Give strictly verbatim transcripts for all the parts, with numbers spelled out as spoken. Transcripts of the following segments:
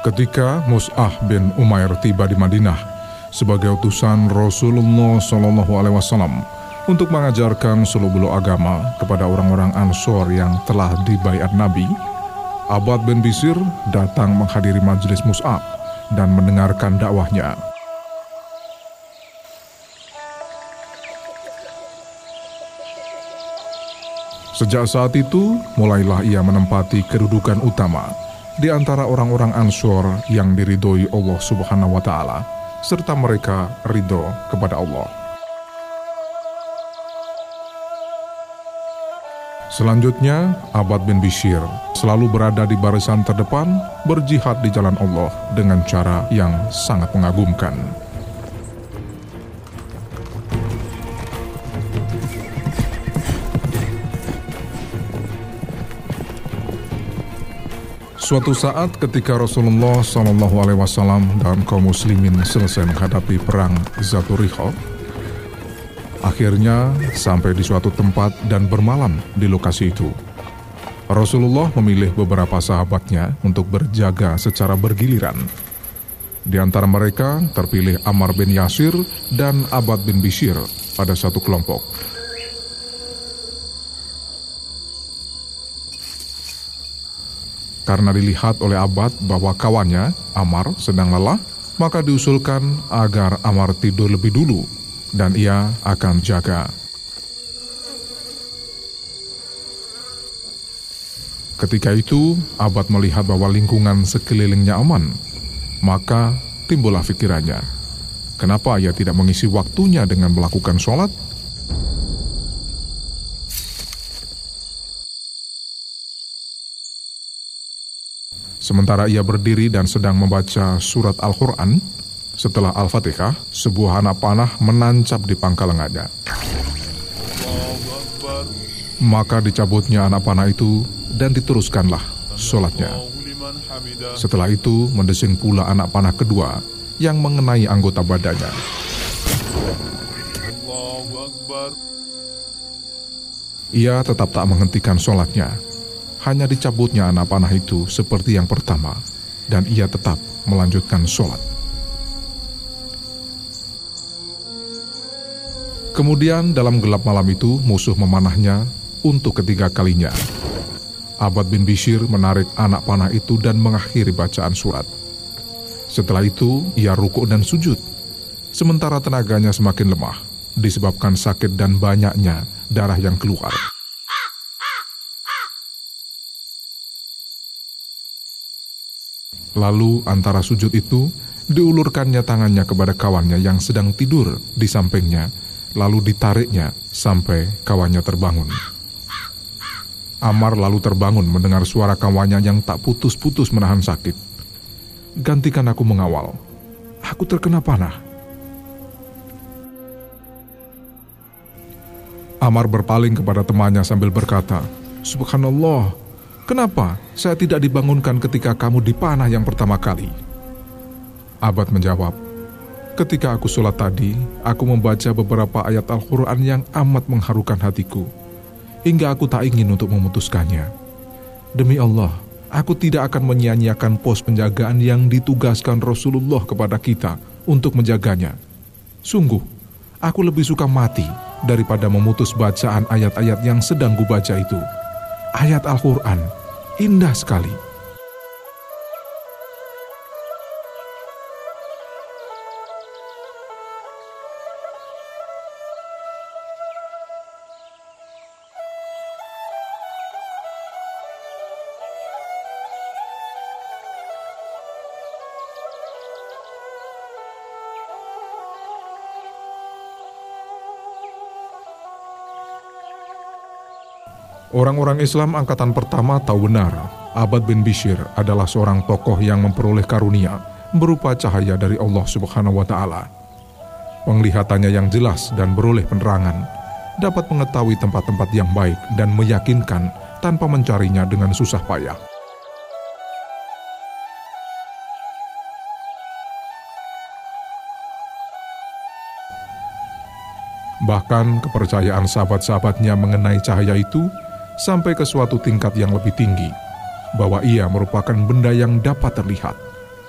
Ketika Mus'ab bin Umair tiba di Madinah sebagai utusan Rasulullah shallallahu alaihi wasallam untuk mengajarkan seluk-beluk agama kepada orang-orang Ansor yang telah dibaiat Nabi, Abbad bin Bishr datang menghadiri majelis Mus'ab dan mendengarkan dakwahnya. Sejak saat itu, mulailah ia menempati kedudukan utama di antara orang-orang Ansor yang diridhoi Allah Subhanahu wa Ta'ala, serta mereka ridho kepada Allah. Selanjutnya, Abbad bin Bishr selalu berada di barisan terdepan, berjihad di jalan Allah dengan cara yang sangat mengagumkan. Suatu saat ketika Rasulullah shallallahu alaihi wasallam dan kaum muslimin selesai menghadapi perang Zatul Riqa, akhirnya sampai di suatu tempat dan bermalam di lokasi itu. Rasulullah memilih beberapa sahabatnya untuk berjaga secara bergiliran. Di antara mereka terpilih Ammar bin Yasir dan Abbad bin Bishr pada satu kelompok. Karena dilihat oleh Abbad bahwa kawannya, Ammar, sedang lelah, maka diusulkan agar Ammar tidur lebih dulu dan ia akan jaga. Ketika itu, Abbad melihat bahwa lingkungan sekelilingnya aman, maka timbullah pikirannya, kenapa ia tidak mengisi waktunya dengan melakukan sholat? Sementara ia berdiri dan sedang membaca surat Al-Quran, setelah Al-Fatihah, sebuah anak panah menancap di pangkal lengannya. Maka dicabutnya anak panah itu dan diteruskanlah sholatnya. Setelah itu mendesing pula anak panah kedua yang mengenai anggota badannya. Ia tetap tak menghentikan sholatnya. Hanya dicabutnya anak panah itu seperti yang pertama, dan ia tetap melanjutkan sholat. Kemudian dalam gelap malam itu, musuh memanahnya untuk ketiga kalinya. Abbad bin Bishr menarik anak panah itu dan mengakhiri bacaan surat. Setelah itu, ia rukuk dan sujud. Sementara tenaganya semakin lemah, disebabkan sakit dan banyaknya darah yang keluar. Lalu antara sujud itu, diulurkannya tangannya kepada kawannya yang sedang tidur di sampingnya, lalu ditariknya sampai kawannya terbangun. Ammar lalu terbangun mendengar suara kawannya yang tak putus-putus menahan sakit. Gantikan aku mengawal, aku terkena panah. Ammar berpaling kepada temannya sambil berkata, Subhanallah, kenapa saya tidak dibangunkan ketika kamu dipanah yang pertama kali? Abbad menjawab, ketika aku sholat tadi, aku membaca beberapa ayat Al-Quran yang amat mengharukan hatiku, hingga aku tak ingin untuk memutuskannya. Demi Allah, aku tidak akan menyia-nyiakan pos penjagaan yang ditugaskan Rasulullah kepada kita untuk menjaganya. Sungguh, aku lebih suka mati daripada memutus bacaan ayat-ayat yang sedang kubaca itu. Ayat Al-Quran indah sekali. Orang-orang Islam angkatan pertama tahu benar, Abbad bin Bishr adalah seorang tokoh yang memperoleh karunia berupa cahaya dari Allah Subhanahu wa Ta'ala. Penglihatannya yang jelas dan beroleh penerangan dapat mengetahui tempat-tempat yang baik dan meyakinkan tanpa mencarinya dengan susah payah. Bahkan kepercayaan sahabat-sahabatnya mengenai cahaya itu sampai ke suatu tingkat yang lebih tinggi, bahwa ia merupakan benda yang dapat terlihat,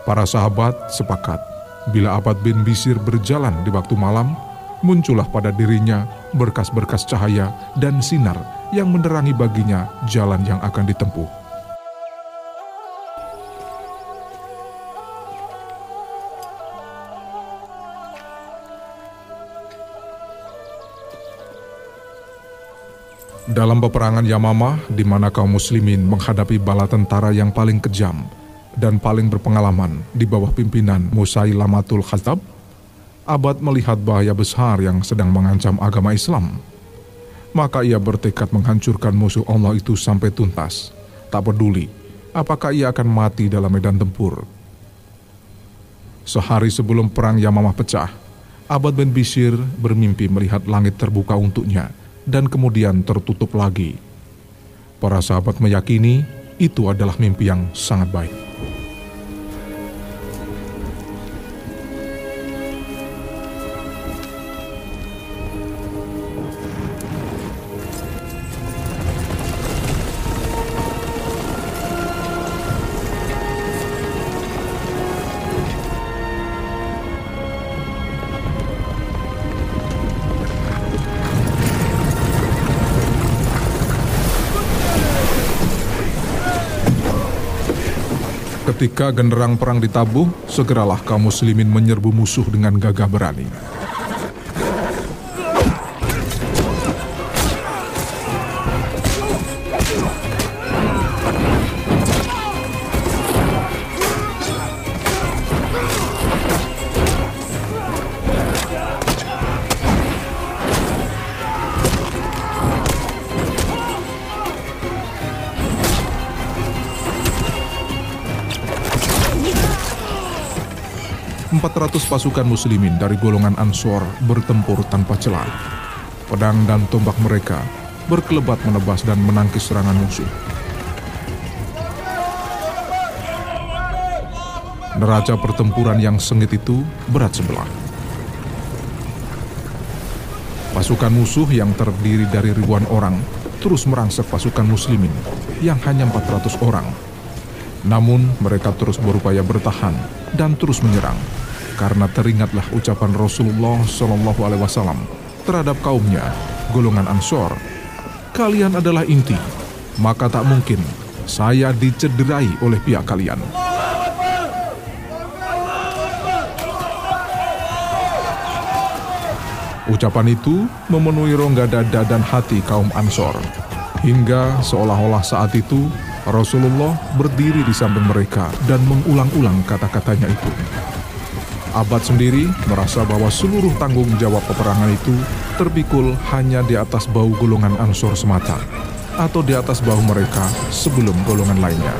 Para sahabat sepakat, bila Abbad bin Bishr berjalan di waktu malam, muncullah pada dirinya berkas-berkas cahaya dan sinar yang menerangi baginya jalan yang akan ditempuh. Dalam peperangan Yamamah, di mana kaum muslimin menghadapi bala tentara yang paling kejam dan paling berpengalaman di bawah pimpinan Musailamatul Kadzdzab, Abbad melihat bahaya besar yang sedang mengancam agama Islam. Maka ia bertekad menghancurkan musuh Allah itu sampai tuntas, tak peduli apakah ia akan mati dalam medan tempur. Sehari sebelum perang Yamamah pecah, Abbad bin Bishr bermimpi melihat langit terbuka untuknya dan kemudian tertutup lagi. Para sahabat meyakini itu adalah mimpi yang sangat baik. Ketika genderang perang ditabuh, segeralah kaum muslimin menyerbu musuh dengan gagah berani. empat ratus pasukan muslimin dari golongan Ansor bertempur tanpa celah. Pedang dan tombak mereka berkelebat menebas dan menangkis serangan musuh. Neraca pertempuran yang sengit itu berat sebelah. Pasukan musuh yang terdiri dari ribuan orang terus merangsek pasukan muslimin yang hanya empat ratus orang. Namun mereka terus berupaya bertahan dan terus menyerang. Karena teringatlah ucapan Rasulullah shallallahu alaihi wasallam terhadap kaumnya, golongan Ansor, "Kalian adalah inti, maka tak mungkin saya dicederai oleh pihak kalian." Ucapan itu memenuhi rongga dada dan hati kaum Ansor, hingga seolah-olah saat itu Rasulullah berdiri di samping mereka dan mengulang-ulang kata-katanya itu. Abbad sendiri merasa bahwa seluruh tanggung jawab peperangan itu terpikul hanya di atas bahu golongan Ansor semata, atau di atas bahu mereka sebelum golongan lainnya.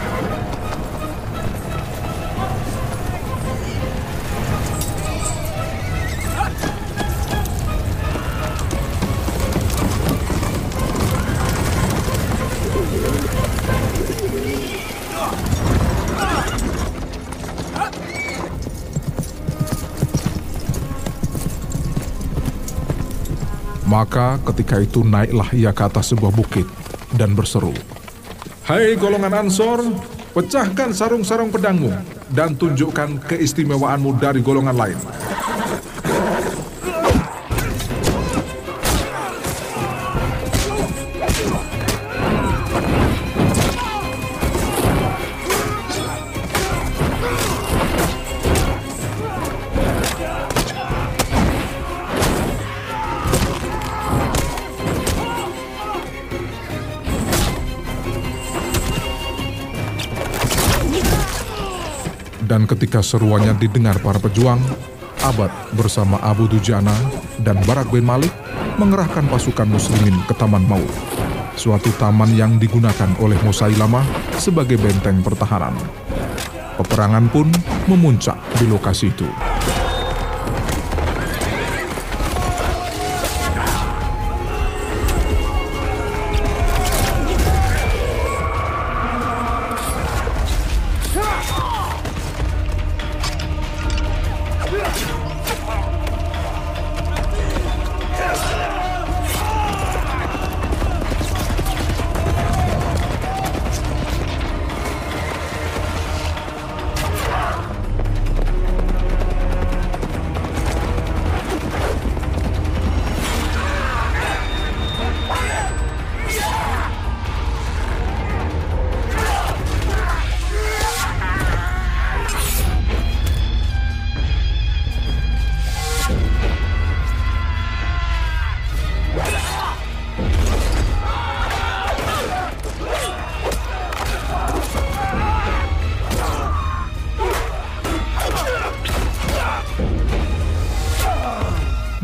Maka ketika itu naiklah ia ke atas sebuah bukit dan berseru, "Hai golongan Ansor, pecahkan sarung-sarung pedangmu dan tunjukkan keistimewaanmu dari golongan lain." Dan ketika seruannya didengar para pejuang, Abbad bersama Abu Dujana dan Barak bin Malik mengerahkan pasukan muslimin ke Taman Maut, suatu taman yang digunakan oleh Musailamah sebagai benteng pertahanan. Peperangan pun memuncak di lokasi itu.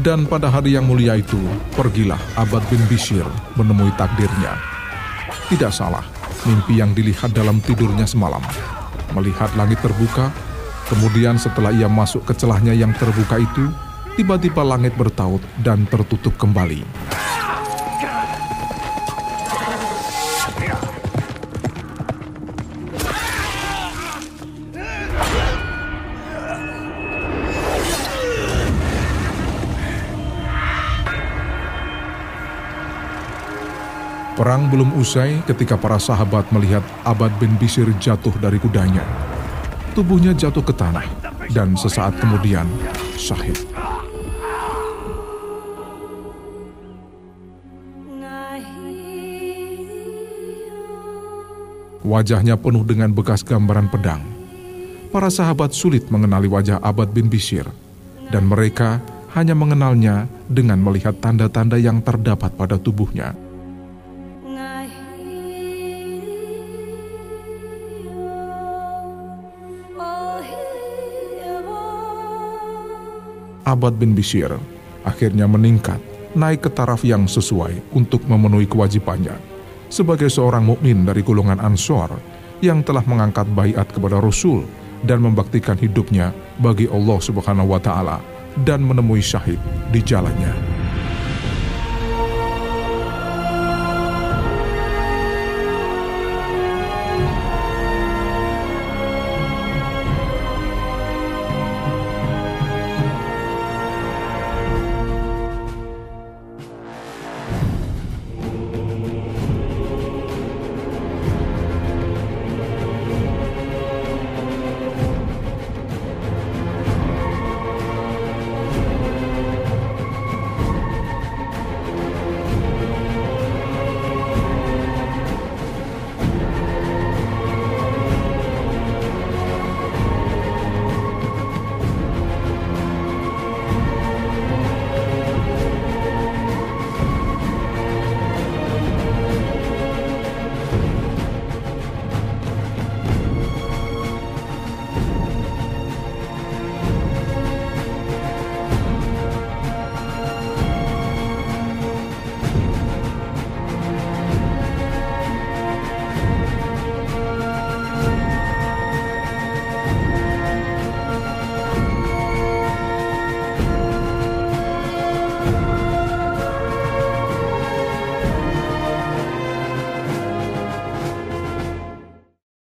Dan pada hari yang mulia itu, pergilah Abbad bin Bishr menemui takdirnya. Tidak salah, mimpi yang dilihat dalam tidurnya semalam. Melihat langit terbuka, kemudian setelah ia masuk ke celahnya yang terbuka itu, tiba-tiba langit bertaut dan tertutup kembali. Perang belum usai ketika para sahabat melihat Abbad bin Bishr jatuh dari kudanya. Tubuhnya jatuh ke tanah dan sesaat kemudian syahid. Wajahnya penuh dengan bekas gambaran pedang. Para sahabat sulit mengenali wajah Abbad bin Bishr, dan mereka hanya mengenalnya dengan melihat tanda-tanda yang terdapat pada tubuhnya. Abbad bin Bishr akhirnya meningkat, naik ke taraf yang sesuai untuk memenuhi kewajibannya sebagai seorang mukmin dari golongan Ansor yang telah mengangkat baiat kepada Rasul dan membaktikan hidupnya bagi Allah Subhanahu wa Ta'ala dan menemui syahid di jalannya.